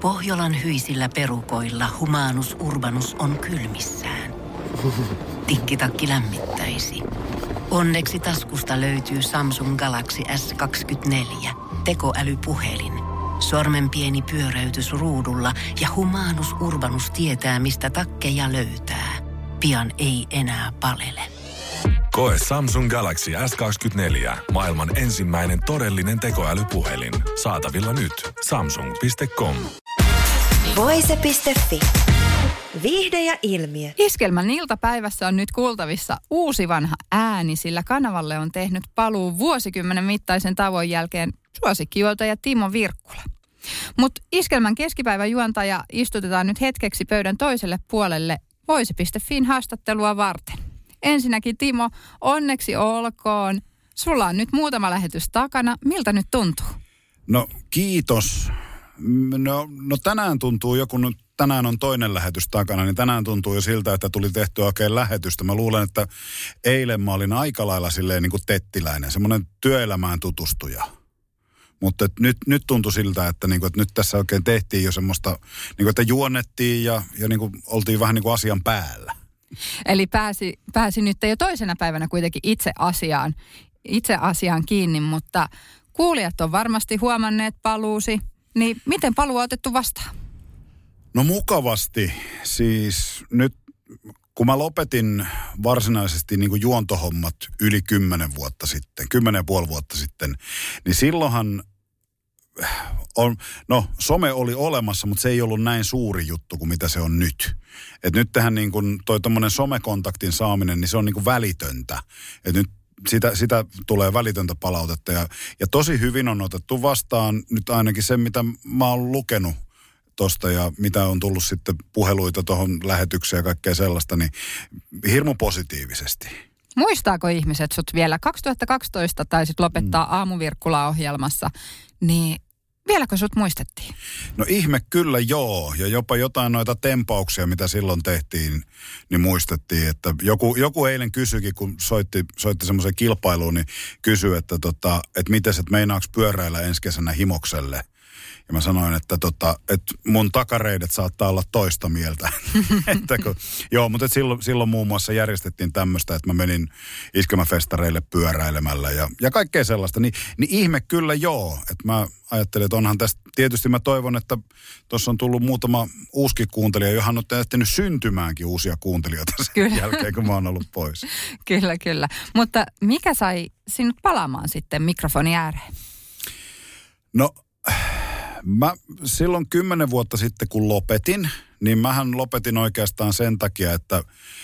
Pohjolan hyisillä perukoilla Humanus Urbanus on kylmissään. Tikkitakki lämmittäisi. Onneksi taskusta löytyy Samsung Galaxy S24. Tekoälypuhelin. Sormen pieni pyöräytys ruudulla ja Humanus Urbanus tietää, mistä takkeja löytää. Pian ei enää palele. Koe Samsung Galaxy S24. Maailman ensimmäinen todellinen tekoälypuhelin. Saatavilla nyt. Samsung.com. Voise.fi. Viihde ja ilmiö. Iskelmän iltapäivässä on nyt kuultavissa uusi vanha ääni, sillä kanavalle on tehnyt paluu vuosikymmenen mittaisen tauon jälkeen suosikkijuontaja Timo Virkkula. Mutta Iskelmän keskipäivän juontaja istutetaan nyt hetkeksi pöydän toiselle puolelle Voise.fin haastattelua varten. Ensinnäkin Timo, onneksi olkoon. Sulla on nyt muutama lähetys takana. Miltä nyt tuntuu? No kiitos. No tänään tuntuu tänään on toinen lähetys takana, niin tänään tuntuu jo siltä, että tuli tehtyä oikein lähetystä. Mä luulen, että eilen mä olin aika lailla silleen niin kuin tettiläinen, semmoinen työelämään tutustuja. Mutta nyt tuntui siltä, että nyt tässä oikein tehtiin jo semmoista, että juonnettiin ja oltiin vähän niin kuin asian päällä. Eli pääsi nyt jo toisena päivänä kuitenkin itse asiaan kiinni, mutta kuulijat on varmasti huomanneet paluusi. Niin miten paluu on otettu vastaan? No mukavasti. Siis nyt kun mä lopetin varsinaisesti niin kuin juontohommat yli 10 ja puoli vuotta sitten, niin silloinhan some oli olemassa, mutta se ei ollut näin suuri juttu kuin mitä se on nyt. Et nyt tähän niin kuin toi tommonen somekontaktin saaminen, niin se on niin kuin välitöntä. Et nyt sitä tulee välitöntä palautetta ja tosi hyvin on otettu vastaan nyt ainakin se, mitä mä oon lukenut tosta ja mitä on tullut sitten puheluita tuohon lähetykseen ja kaikkea sellaista, niin hirmu positiivisesti. Muistaako ihmiset sut vielä? 2012 taisit lopettaa Aamuvirkkula-ohjelmassa, niin vieläkö sut muistettiin? No ihme kyllä joo, ja jopa jotain noita tempauksia, mitä silloin tehtiin, niin muistettiin, että joku eilen kysyikin, kun soitti semmoiseen kilpailuun, niin kysyi, että miten et meinaaks pyöräillä ensi kesänä Himokselle. Ja mä sanoin, että mun takareidet saattaa olla toista mieltä. Mutta silloin muun muassa järjestettiin tämmöistä, että mä menin iskelmäfestareille pyöräilemällä ja kaikkea sellaista. Niin ihme kyllä joo. Että mä ajattelin, että onhan tästä, tietysti mä toivon, että tuossa on tullut muutama uusikin kuuntelija, johon on tehnyt syntymäänkin uusia kuuntelijoita sen jälkeen, kun mä oon ollut pois. Kyllä. Mutta mikä sai sinut palaamaan sitten mikrofoni ääreen? No mä silloin 10 vuotta sitten, kun lopetin, niin mähän lopetin oikeastaan sen takia, että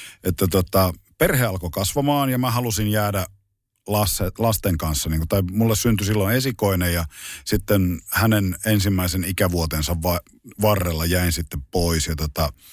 perhe alkoi kasvamaan ja mä halusin jäädä lasten kanssa. Tai mulle syntyi silloin esikoinen ja sitten hänen ensimmäisen ikävuotensa varrella jäin sitten pois. Ja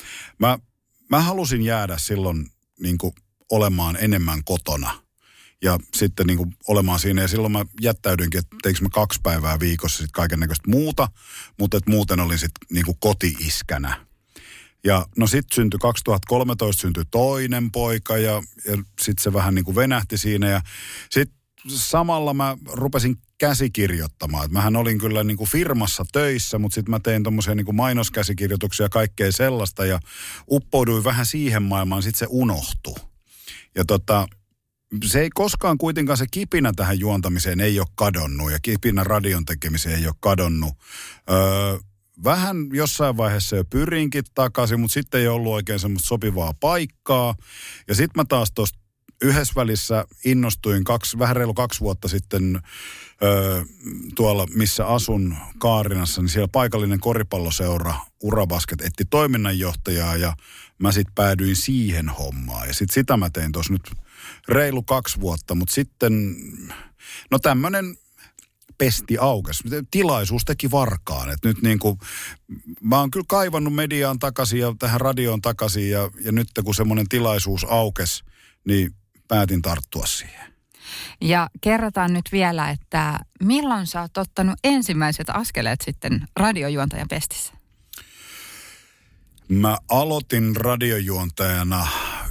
mä halusin jäädä silloin olemaan enemmän kotona. Ja sitten olemaan siinä. Ja silloin mä jättäydynkin, että teikö mä 2 päivää viikossa sitten kaiken näköistä muuta. Mutta että muuten olin sitten koti-iskänä. Ja no sitten 2013 syntyi toinen poika ja sitten se vähän venähti siinä. Ja sitten samalla mä rupesin käsikirjoittamaan. Et mähän olin kyllä firmassa töissä, mutta sitten mä tein tommosia mainoskäsikirjoituksia ja kaikkea sellaista. Ja uppouduin vähän siihen maailmaan, sitten se unohtui. Ja se ei koskaan kuitenkaan se kipinä tähän juontamiseen ei ole kadonnut ja kipinä radion tekemiseen ei ole kadonnut. Vähän jossain vaiheessa jo pyrinkin takaisin, mutta sitten ei ollut oikein semmoista sopivaa paikkaa. Ja sitten mä taas tuossa yhdessä välissä innostuin vähän reilu 2 vuotta sitten tuolla, missä asun Kaarinassa, niin siellä paikallinen koripalloseura Urabasket etti toiminnanjohtajaa ja mä sitten päädyin siihen hommaan. Ja sitten sitä mä tein tuossa nyt reilu 2 vuotta, mutta sitten, no tämmöinen pesti aukesi. Tilaisuus teki varkaan. Et nyt mä oon kyllä kaivannut mediaan takaisin ja tähän radioon takaisin ja nyt kun semmoinen tilaisuus aukesi, niin päätin tarttua siihen. Ja kerrotaan nyt vielä, että milloin sä oot ottanut ensimmäiset askeleet sitten radiojuontajan pestissä? Mä aloitin radiojuontajana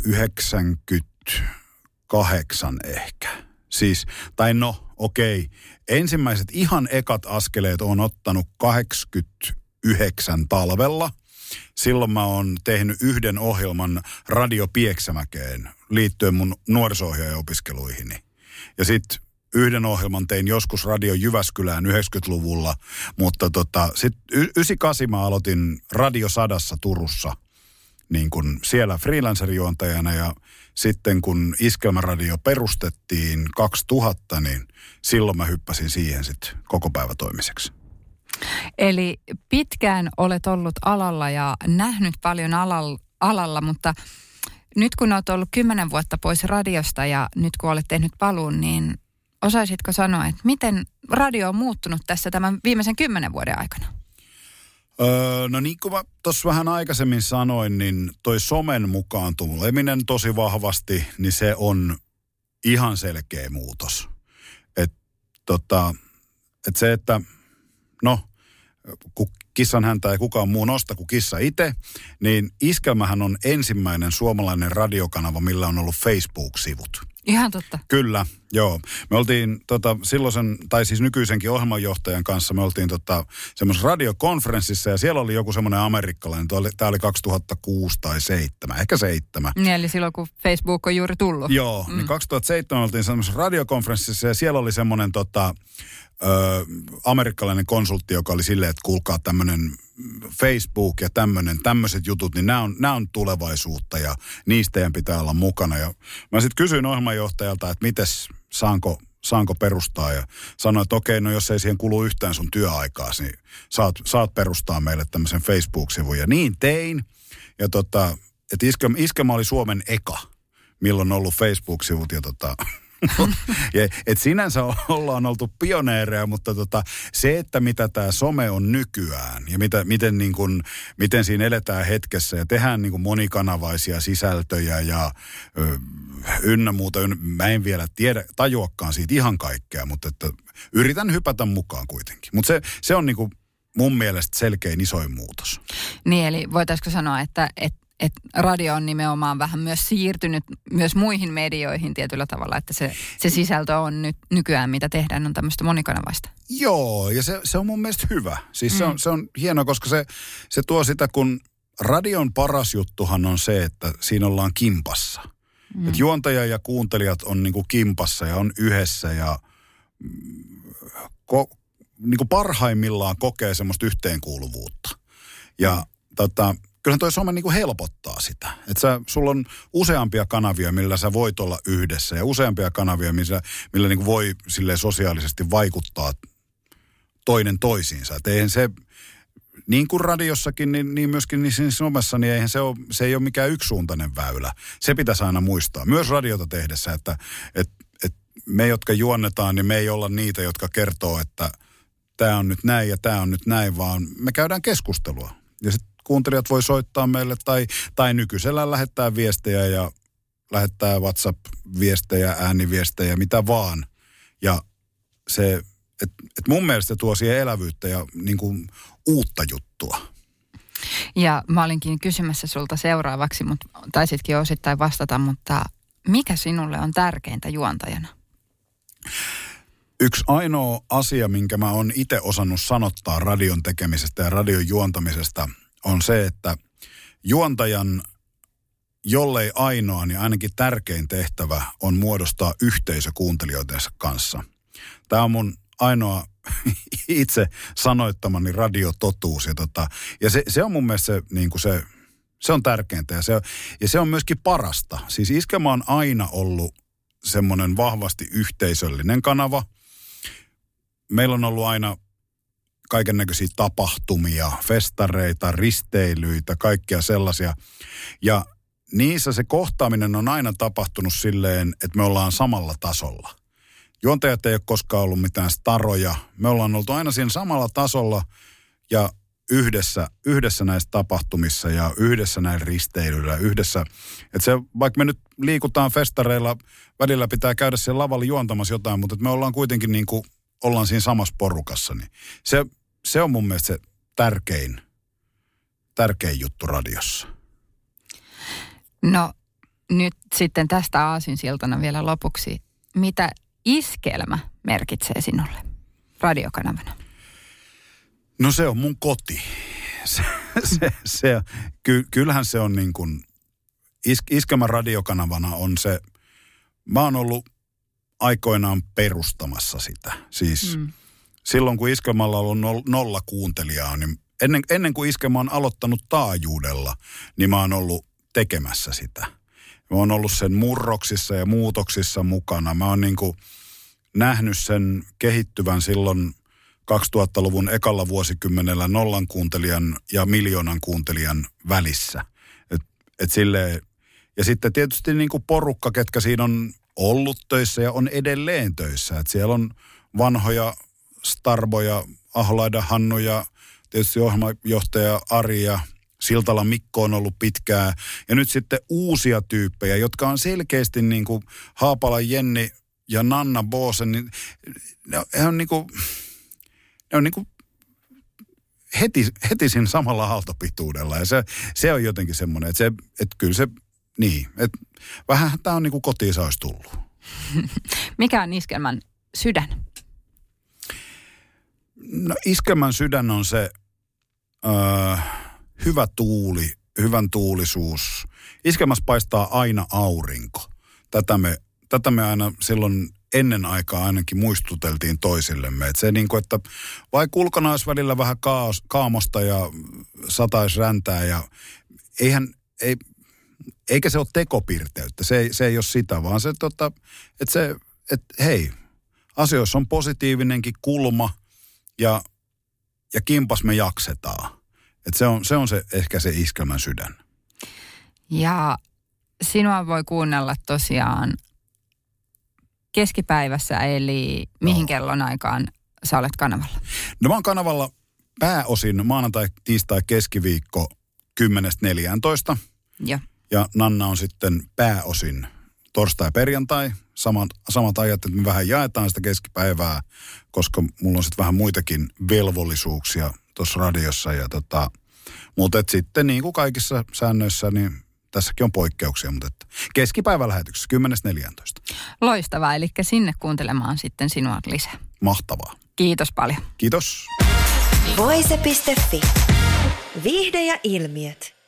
98 ehkä. Siis, ensimmäiset ihan ekat askeleet on ottanut 89 2009 talvella. Silloin mä oon tehnyt yhden ohjelman Radio Pieksämäkeen liittyen mun nuoriso-ohjaaja-opiskeluihini. Ja sitten yhden ohjelman tein joskus Radio Jyväskylään 90-luvulla, mutta sitten 98 mä aloitin Radio Sadassa Turussa niin kun siellä freelancer-juontajana ja sitten kun Iskelmäradio perustettiin 2000, niin silloin mä hyppäsin siihen sitten kokopäivätoimiseksi. Eli pitkään olet ollut alalla ja nähnyt paljon alalla, mutta nyt kun olet ollut 10 vuotta pois radiosta ja nyt kun olet tehnyt paluun, niin osaisitko sanoa, että miten radio on muuttunut tässä tämän viimeisen 10 vuoden aikana? No niin kuin mä tuossa vähän aikaisemmin sanoin, niin toi somen mukaan tuleminen tosi vahvasti, niin se on ihan selkeä muutos. Että kun kissan häntä ei kukaan muu nosta kuin kissa itse, niin Iskelmähän on ensimmäinen suomalainen radiokanava, millä on ollut Facebook-sivut. Ihan totta. Kyllä, joo. Me oltiin silloisen, tai siis nykyisenkin ohjelmanjohtajan kanssa, me oltiin semmoisessa radiokonferenssissa ja siellä oli joku semmoinen amerikkalainen, tämä oli 2006 tai 2007, ehkä 2007. Niin, eli silloin kun Facebook on juuri tullut. Joo, niin 2007 oltiin semmoisessa radiokonferenssissa ja siellä oli semmoinen amerikkalainen konsultti, joka oli silleen, että kuulkaa tämmöinen Facebook ja tämmöiset jutut, niin nämä on tulevaisuutta ja niistä teidän pitää olla mukana. Ja mä sitten kysyin ohjelmanjohtajalta, että mites saanko perustaa ja sanoin, että okei, no jos ei siihen kulu yhtään sun työaikaasi, niin saat perustaa meille tämmöisen Facebook-sivun. Ja niin tein. Ja että Iskelmä oli Suomen eka, milloin on ollut Facebook-sivut ja et sinänsä ollaan oltu pioneereja, mutta se, että mitä tämä some on nykyään ja miten siinä eletään hetkessä ja tehdään niin kuin monikanavaisia sisältöjä ja ynnä muuta. Mä en vielä tajuakaan siitä ihan kaikkea, mutta että yritän hypätä mukaan kuitenkin. Mutta se on niin kuin mun mielestä selkein isoin muutos. Niin, eli voitaisiko sanoa, että radio on nimenomaan vähän myös siirtynyt myös muihin medioihin tietyllä tavalla, että se sisältö on nyt nykyään, mitä tehdään, on tämmöistä monikanavaista. Joo, ja se on mun mielestä hyvä. Siis se on hienoa, koska se tuo sitä, kun radion paras juttuhan on se, että siinä ollaan kimpassa. Että juontaja ja kuuntelijat on niinku kimpassa ja on yhdessä ja niinku parhaimmillaan kokee semmoista yhteenkuuluvuutta. Ja kyllähän toi some niinku helpottaa sitä. Että sulla on useampia kanavia, millä sä voit olla yhdessä ja useampia kanavia, millä niinku voi silleen sosiaalisesti vaikuttaa toinen toisiinsa. Että eihän se, niin kuin radiossakin, niin myöskin niin somessa, niin eihän se ei ole mikään yksisuuntainen väylä. Se pitäisi aina muistaa. Myös radiota tehdessä, että me, jotka juonnetaan, niin me ei olla niitä, jotka kertoo, että tämä on nyt näin ja tämä on nyt näin, vaan me käydään keskustelua. Ja sitten kuuntelijat voi soittaa meille tai nykyisellään lähettää viestejä ja lähettää WhatsApp-viestejä, ääniviestejä, mitä vaan. Ja se, että mun mielestä se tuo siihen elävyyttä ja niin kuin uutta juttua. Ja mä olinkin kysymässä sulta seuraavaksi, mutta taisitkin jo osittain vastata, mutta mikä sinulle on tärkeintä juontajana? Yksi ainoa asia, minkä mä oon itse osannut sanottaa radion tekemisestä ja radion juontamisesta, on se, että juontajan, jollei ainoa, niin ainakin tärkein tehtävä on muodostaa yhteisö kuuntelijoidensa kanssa. Tämä on mun ainoa itse sanoittamani radiototuus. Ja se on mun mielestä se on tärkeintä ja se on myöskin parasta. Siis Iskelmä on aina ollut semmoinen vahvasti yhteisöllinen kanava. Meillä on ollut aina kaikennäköisiä tapahtumia, festareita, risteilyitä, kaikkia sellaisia. Ja niissä se kohtaaminen on aina tapahtunut silleen, että me ollaan samalla tasolla. Juontajat ei ole koskaan ollut mitään staroja. Me ollaan oltu aina siinä samalla tasolla ja yhdessä näissä tapahtumissa ja yhdessä näillä risteilyillä. Yhdessä, että se, vaikka me nyt liikutaan festareilla, välillä pitää käydä siellä lavalla juontamassa jotain, mutta me ollaan kuitenkin niin kuin ollaan siinä samassa porukassa, niin se on mun mielestä se tärkein juttu radiossa. No nyt sitten tästä aasinsiltana vielä lopuksi. Mitä Iskelmä merkitsee sinulle radiokanavana? No se on mun koti. Kyllähän se on niin kuin, Iskelmän radiokanavana on se, mä oon ollut aikoinaan perustamassa sitä. Siis silloin kun Iskelmällä on ollut 0 kuuntelijaa, niin ennen kuin Iskelmä on aloittanut taajuudella, niin mä oon ollut tekemässä sitä. Mä oon ollut sen murroksissa ja muutoksissa mukana. Mä oon niin kuin nähnyt sen kehittyvän silloin 2000-luvun ekalla vuosikymmenellä 0 kuuntelijan ja 1 miljoonan kuuntelijan välissä. Et silleen, ja sitten tietysti niin kuin porukka, ketkä siinä on ollut töissä ja on edelleen töissä. Et siellä on vanhoja starboja, Aholaida Hannu ja tietysti ohjelmajohtaja Ari ja Siltala Mikko on ollut pitkään. Ja nyt sitten uusia tyyppejä, jotka on selkeästi niin kuin Haapalan Jenni ja Nanna Boosen, niin ne on niin kuin heti siinä samalla aaltopituudella. Ja se on jotenkin semmoinen, että kyllä se, niin, että vähän tämä on niin kuin kotiinsa olisi tullut. Mikä on Iskelmän sydän? No Iskelmän sydän on se hyvä tuuli, hyvän tuulisuus. Iskelmässä paistaa aina aurinko. Tätä me aina silloin ennen aikaa ainakin muistuteltiin toisillemme. Että se niin kuin, että vaikka ulkona olisi välillä vähän kaamosta ja sataisi räntää ja eikä se ole tekopirteyttä. Se ei ole sitä, vaan se, että hei, asioissa on positiivinenkin kulma ja kimpas me jaksetaan. Että se on ehkä se Iskelmän sydän. Ja sinua voi kuunnella tosiaan keskipäivässä, eli mihin kellon aikaan sä olet kanavalla? No mä oon kanavalla pääosin maanantai, tiistai, keskiviikko 10-14. Ja Nanna on sitten pääosin torstai, perjantai. Samat ajat, että me vähän jaetaan sitä keskipäivää, koska mulla on sitten vähän muitakin velvollisuuksia tuossa radiossa. Mutta sitten niin kuin kaikissa säännöissä, niin tässäkin on poikkeuksia, mutta keskipäivälähetyksessä 10-14. Loistavaa, eli sinne kuuntelemaan sitten sinua lisää. Mahtavaa. Kiitos paljon. Kiitos. Voise.fi. Viihde ja ilmiöt.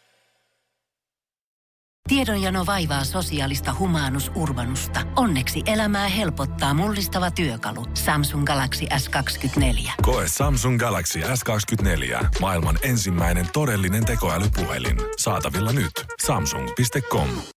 Tiedonjano vaivaa sosiaalista humanus urbanusta. Onneksi elämää helpottaa mullistava työkalu. Samsung Galaxy S24. Koe Samsung Galaxy S24. Maailman ensimmäinen todellinen tekoälypuhelin. Saatavilla nyt. Samsung.com.